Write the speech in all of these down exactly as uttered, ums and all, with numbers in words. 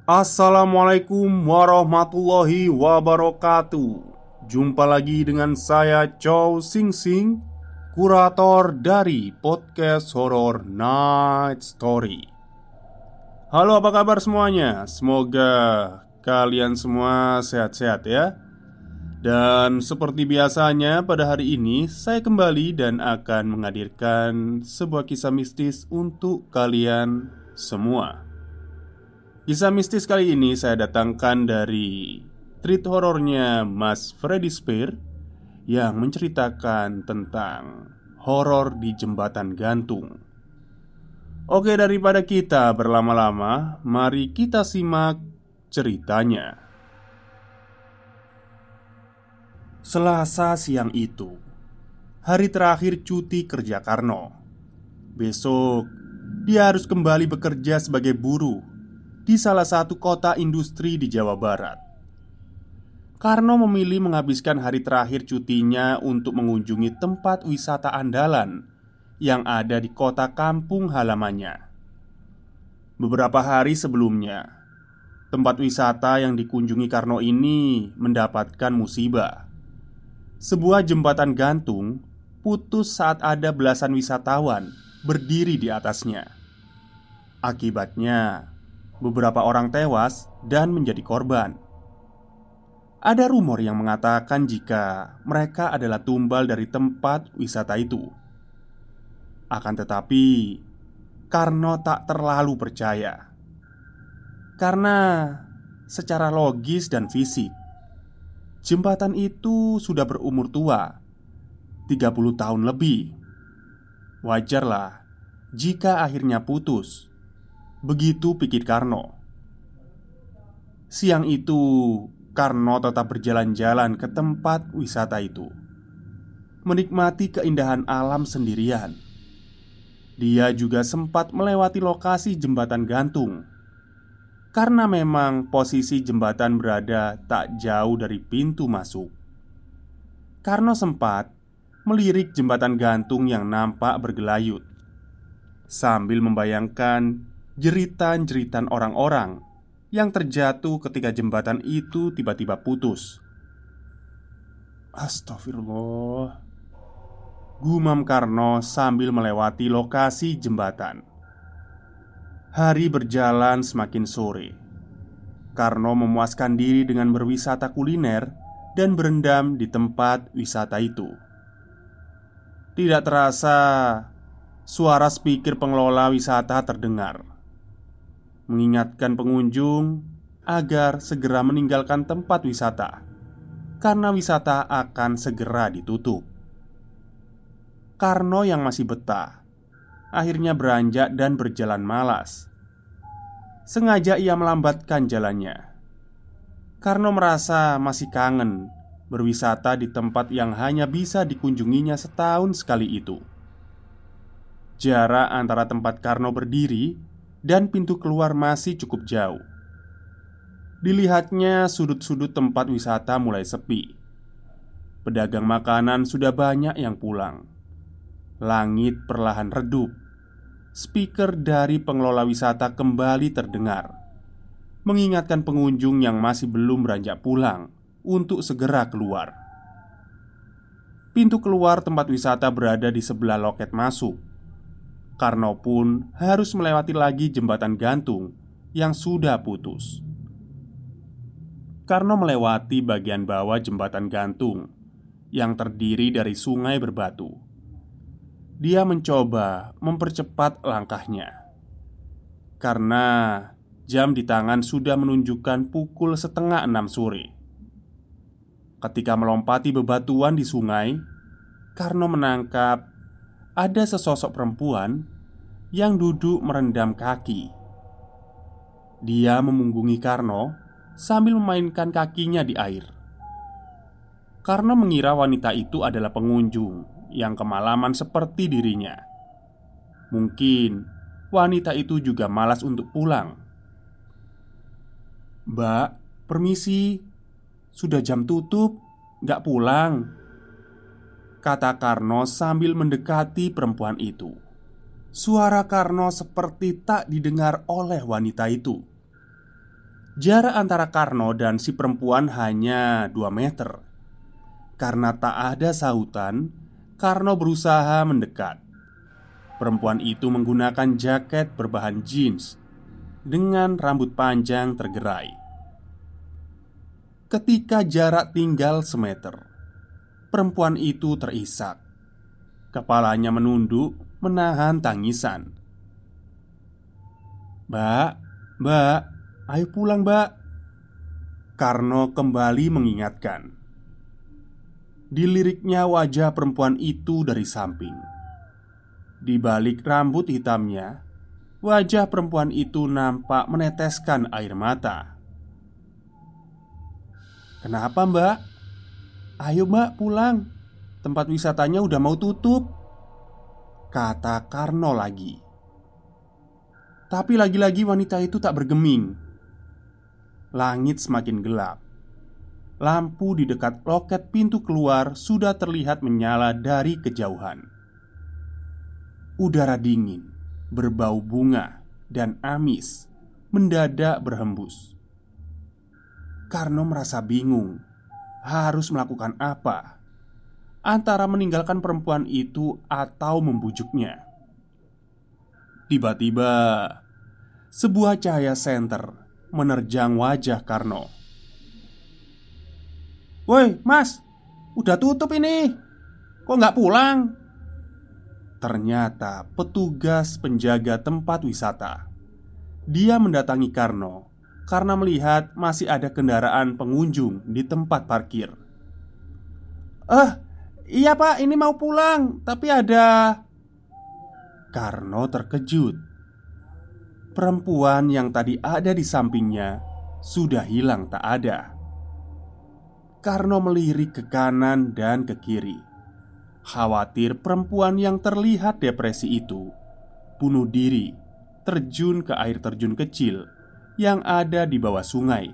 Assalamualaikum warahmatullahi wabarakatuh. Jumpa lagi dengan saya Chow Sing Sing, kurator dari podcast horor Night Story. Halo, apa kabar semuanya? Semoga kalian semua sehat-sehat ya. Dan seperti biasanya pada hari ini saya kembali dan akan menghadirkan sebuah kisah mistis untuk kalian semua. Kisah mistis kali ini saya datangkan dari treat horornya Mas Freddy Spear yang menceritakan tentang horor di jembatan gantung. Oke, daripada kita berlama-lama, mari kita simak ceritanya. Selasa siang itu, hari terakhir cuti kerja Karno. Besok, dia harus kembali bekerja sebagai buruh di salah satu kota industri di Jawa Barat. Karno memilih menghabiskan hari terakhir cutinya untuk mengunjungi tempat wisata andalan yang ada di kota kampung halamannya. Beberapa hari sebelumnya, tempat wisata yang dikunjungi Karno ini mendapatkan musibah. Sebuah jembatan gantung putus saat ada belasan wisatawan berdiri di atasnya. Akibatnya, beberapa orang tewas dan menjadi korban. Ada rumor yang mengatakan jika mereka adalah tumbal dari tempat wisata itu. Akan tetapi, Karno tak terlalu percaya. Karena secara logis dan fisik, jembatan itu sudah berumur tua, tiga puluh tahun lebih. Wajarlah jika akhirnya putus. Begitu pikir Karno. Siang itu, Karno tetap berjalan-jalan ke tempat wisata itu, menikmati keindahan alam sendirian. Dia juga sempat melewati lokasi jembatan gantung, karena memang posisi jembatan berada tak jauh dari pintu masuk. Karno sempat melirik jembatan gantung yang nampak bergelayut, sambil membayangkan jeritan-jeritan orang-orang yang terjatuh ketika jembatan itu tiba-tiba putus. Astagfirullah, gumam Karno sambil melewati lokasi jembatan. Hari berjalan semakin sore. Karno memuaskan diri dengan berwisata kuliner dan berendam di tempat wisata itu. Tidak terasa, suara speaker pengelola wisata terdengar, mengingatkan pengunjung agar segera meninggalkan tempat wisata karena wisata akan segera ditutup. Karno yang masih betah akhirnya beranjak dan berjalan malas. Sengaja ia melambatkan jalannya. Karno merasa masih kangen berwisata di tempat yang hanya bisa dikunjunginya setahun sekali itu. Jarak antara tempat Karno berdiri dan pintu keluar masih cukup jauh. Dilihatnya sudut-sudut tempat wisata mulai sepi. Pedagang makanan sudah banyak yang pulang. Langit perlahan redup. Speaker dari pengelola wisata kembali terdengar, mengingatkan pengunjung yang masih belum beranjak pulang untuk segera keluar. Pintu keluar tempat wisata berada di sebelah loket masuk. Karno pun harus melewati lagi jembatan gantung yang sudah putus. Karno melewati bagian bawah jembatan gantung yang terdiri dari sungai berbatu. Dia mencoba mempercepat langkahnya karena jam di tangan sudah menunjukkan pukul setengah enam sore. Ketika melompati bebatuan di sungai, Karno menangkap ada sesosok perempuan yang duduk merendam kaki. Dia memunggungi Karno sambil memainkan kakinya di air. Karno mengira wanita itu adalah pengunjung yang kemalaman seperti dirinya. Mungkin wanita itu juga malas untuk pulang. "Mbak, permisi. Sudah jam tutup, gak pulang?" kata Karno sambil mendekati perempuan itu. Suara Karno seperti tak didengar oleh wanita itu. Jarak antara Karno dan si perempuan hanya dua meter. Karena tak ada sahutan, Karno berusaha mendekat. Perempuan itu menggunakan jaket berbahan jeans dengan rambut panjang tergerai. Ketika jarak tinggal semeter, perempuan itu terisak. Kepalanya menunduk menahan tangisan. "Mbak, mbak, ayo pulang mbak," Karno kembali mengingatkan. Diliriknya wajah perempuan itu dari samping. Di balik rambut hitamnya, wajah perempuan itu nampak meneteskan air mata. "Kenapa mbak? Ayo mbak pulang. Tempat wisatanya udah mau tutup," kata Karno lagi. Tapi lagi-lagi wanita itu tak bergeming. Langit semakin gelap. Lampu di dekat loket pintu keluar sudah terlihat menyala dari kejauhan. Udara dingin, berbau bunga dan amis mendadak berhembus. Karno merasa bingung harus melakukan apa, antara meninggalkan perempuan itu atau membujuknya. Tiba-tiba sebuah cahaya senter menerjang wajah Karno. "Woi mas, udah tutup ini. Kok nggak pulang?" Ternyata petugas penjaga tempat wisata. Dia mendatangi Karno karena melihat masih ada kendaraan pengunjung di tempat parkir. "Eh, iya pak, ini mau pulang, tapi ada..." Karno terkejut. Perempuan yang tadi ada di sampingnya sudah hilang tak ada. Karno melirik ke kanan dan ke kiri, khawatir perempuan yang terlihat depresi itu bunuh diri terjun ke air terjun kecil yang ada di bawah sungai.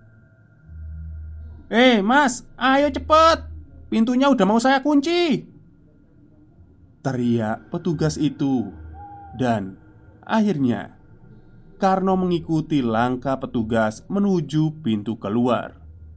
"Eh mas, ayo cepet, pintunya udah mau saya kunci," teriak petugas itu. Dan akhirnya Karno mengikuti langkah petugas menuju pintu keluar.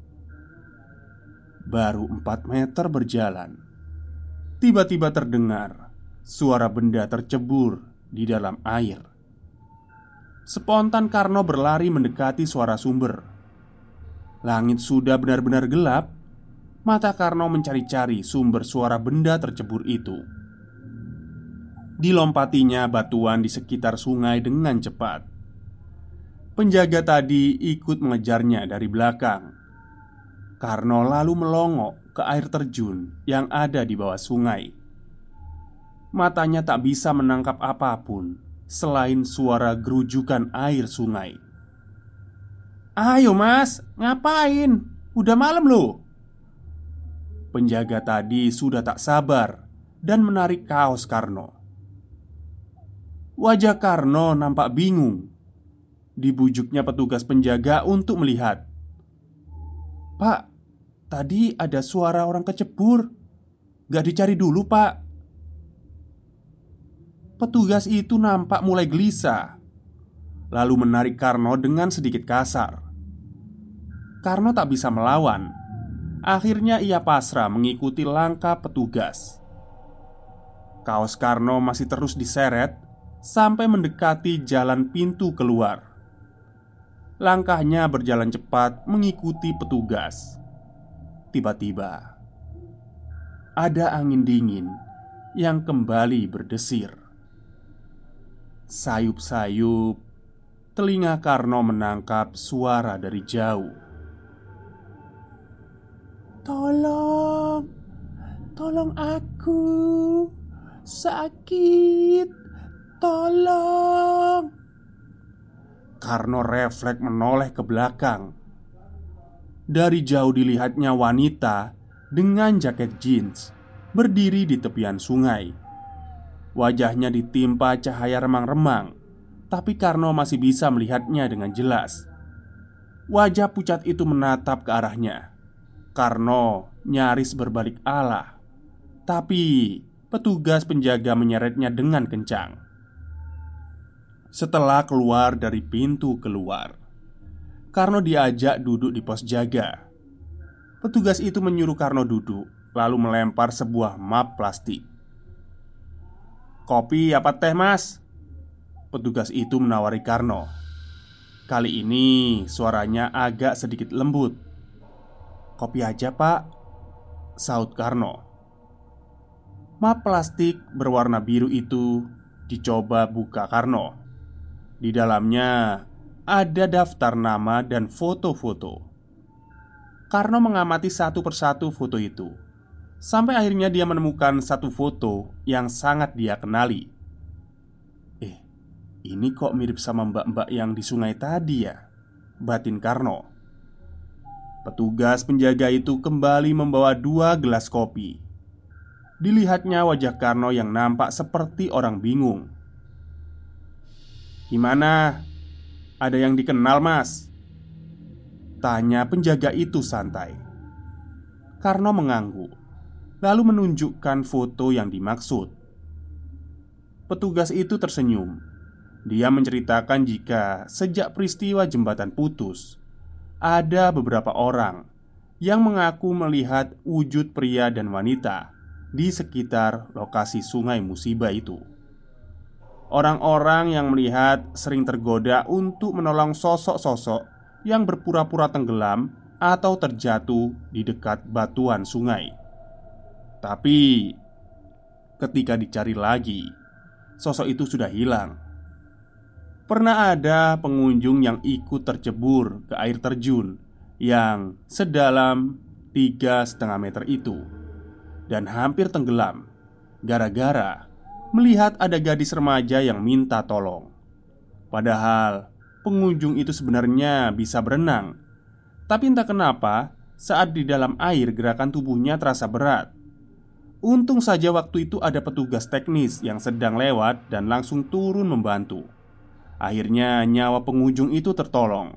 Baru empat meter berjalan, tiba-tiba terdengar suara benda tercebur di dalam air. Spontan Karno berlari mendekati suara sumber. Langit sudah benar-benar gelap. Mata Karno mencari-cari sumber suara benda tercebur itu. Dilompatinya batuan di sekitar sungai dengan cepat. Penjaga tadi ikut mengejarnya dari belakang. Karno lalu melongok ke air terjun yang ada di bawah sungai. Matanya tak bisa menangkap apapun selain suara gerujukan air sungai. "Ayo mas, ngapain? Udah malam loh." Penjaga tadi sudah tak sabar dan menarik kaos Karno. Wajah Karno nampak bingung. Dibujuknya petugas penjaga untuk melihat. "Pak, tadi ada suara orang kecebur. Gak dicari dulu pak." Petugas itu nampak mulai gelisah, lalu menarik Karno dengan sedikit kasar. Karno tak bisa melawan. Akhirnya ia pasrah mengikuti langkah petugas. Kaos Karno masih terus diseret sampai mendekati jalan pintu keluar. Langkahnya berjalan cepat mengikuti petugas. Tiba-tiba ada angin dingin yang kembali berdesir. Sayup-sayup telinga Karno menangkap suara dari jauh. "Tolong, tolong aku, sakit, tolong." Karno refleks menoleh ke belakang. Dari jauh dilihatnya wanita dengan jaket jeans berdiri di tepian sungai. Wajahnya ditimpa cahaya remang-remang, tapi Karno masih bisa melihatnya dengan jelas. Wajah pucat itu menatap ke arahnya. Karno nyaris berbalik arah, tapi petugas penjaga menyeretnya dengan kencang. Setelah keluar dari pintu keluar, Karno diajak duduk di pos jaga. Petugas itu menyuruh Karno duduk, lalu melempar sebuah map plastik. "Kopi apa teh, Mas?" Petugas itu menawari Karno. Kali ini suaranya agak sedikit lembut. "Kopi aja, Pak," sahut Karno. Map plastik berwarna biru itu dicoba buka Karno. Di dalamnya ada daftar nama dan foto-foto. Karno mengamati satu persatu foto itu, sampai akhirnya dia menemukan satu foto yang sangat dia kenali. "Eh, ini kok mirip sama mbak-mbak yang di sungai tadi ya?" batin Karno. Petugas penjaga itu kembali membawa dua gelas kopi. Dilihatnya wajah Karno yang nampak seperti orang bingung. "Gimana? Ada yang dikenal, Mas?" tanya penjaga itu santai. Karno mengangguk, lalu menunjukkan foto yang dimaksud. Petugas itu tersenyum. Dia menceritakan jika sejak peristiwa jembatan putus, ada beberapa orang yang mengaku melihat wujud pria dan wanita di sekitar lokasi sungai musibah itu. Orang-orang yang melihat sering tergoda untuk menolong sosok-sosok yang berpura-pura tenggelam atau terjatuh di dekat batuan sungai. Tapi ketika dicari lagi, sosok itu sudah hilang. Pernah ada pengunjung yang ikut tercebur ke air terjun yang sedalam tiga setengah meter itu dan hampir tenggelam gara-gara melihat ada gadis remaja yang minta tolong. Padahal pengunjung itu sebenarnya bisa berenang, tapi entah kenapa saat di dalam air gerakan tubuhnya terasa berat. Untung saja waktu itu ada petugas teknis yang sedang lewat dan langsung turun membantu. Akhirnya nyawa pengunjung itu tertolong.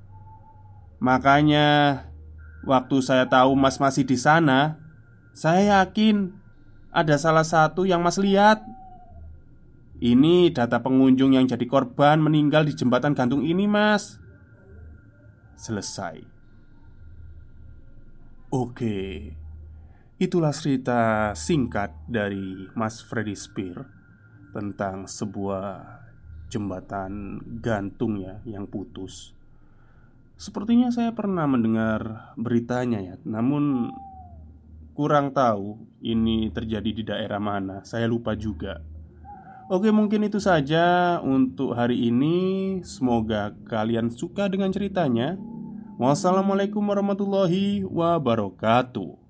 Makanya waktu saya tahu Mas masih di sana, saya yakin ada salah satu yang Mas lihat. Ini data pengunjung yang jadi korban meninggal di jembatan gantung ini, Mas. Selesai. Oke, itulah cerita singkat dari Mas Freddy Spear tentang sebuah jembatan gantung ya yang putus. Sepertinya saya pernah mendengar beritanya ya, namun kurang tahu ini terjadi di daerah mana. Saya lupa juga. Oke, mungkin itu saja untuk hari ini. Semoga kalian suka dengan ceritanya. Wassalamualaikum warahmatullahi wabarakatuh.